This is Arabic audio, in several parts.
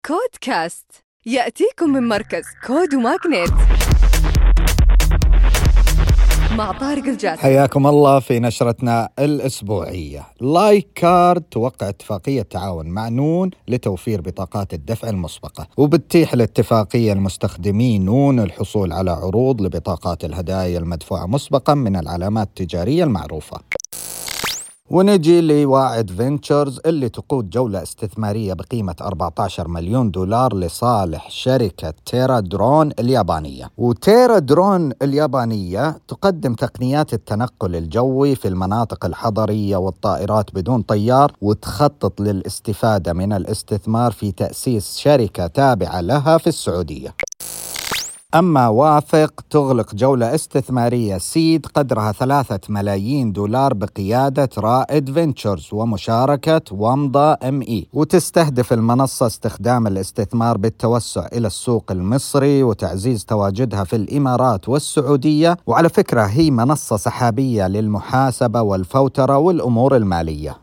كودكاست يأتيكم من مركز كود وماغنيت مع طارق الجاسم. حياكم الله في نشرتنا الأسبوعية. لايك كارد توقع اتفاقية تعاون مع نون لتوفير بطاقات الدفع المسبقة، وبتتيح الاتفاقية المستخدمين نون الحصول على عروض لبطاقات الهدايا المدفوعة مسبقا من العلامات التجارية المعروفة. ونجي لواعد فينتشرز اللي تقود جولة استثمارية بقيمة 14 مليون دولار لصالح شركة تيرا درون اليابانية. وتيرا درون اليابانية تقدم تقنيات التنقل الجوي في المناطق الحضرية والطائرات بدون طيار، وتخطط للاستفادة من الاستثمار في تأسيس شركة تابعة لها في السعودية. أما وافق تغلق جولة استثمارية سيد قدرها 3 ملايين دولار بقيادة رائد فينتشرز ومشاركة ومضة ME، وتستهدف المنصة استخدام الاستثمار بالتوسع إلى السوق المصري وتعزيز تواجدها في الإمارات والسعودية. وعلى فكرة هي منصة سحابية للمحاسبة والفوترة والأمور المالية.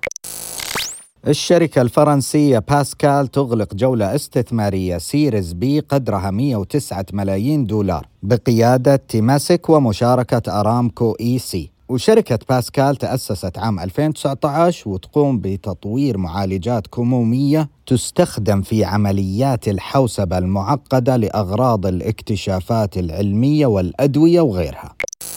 الشركة الفرنسية باسكال تغلق جولة استثمارية سيريز بي قدرها 109 ملايين دولار بقيادة تيماسك ومشاركة أرامكو EC. وشركة باسكال تأسست عام 2019 وتقوم بتطوير معالجات كمومية تستخدم في عمليات الحوسبة المعقدة لأغراض الاكتشافات العلمية والأدوية وغيرها.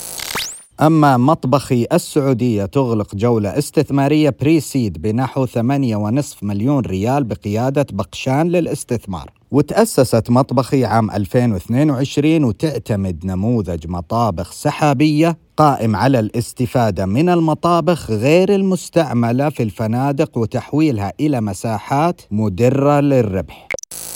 أما مطبخي السعودية تغلق جولة استثمارية بريسيد بنحو 8.5 مليون ريال بقيادة بقشان للاستثمار. وتأسست مطبخي عام 2022 وتعتمد نموذج مطابخ سحابية قائم على الاستفادة من المطابخ غير المستعملة في الفنادق وتحويلها إلى مساحات مدرة للربح.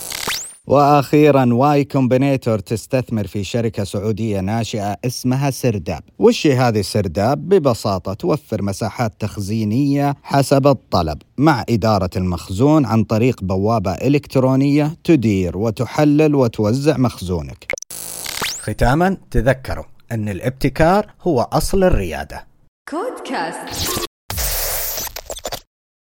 وأخيراً واي كومبينيتور تستثمر في شركة سعودية ناشئة اسمها سرداب. وش هذه سرداب؟ ببساطة توفر مساحات تخزينية حسب الطلب مع إدارة المخزون عن طريق بوابة إلكترونية تدير وتحلل وتوزع مخزونك. ختاماً تذكروا أن الابتكار هو أصل الريادة. كودكاست.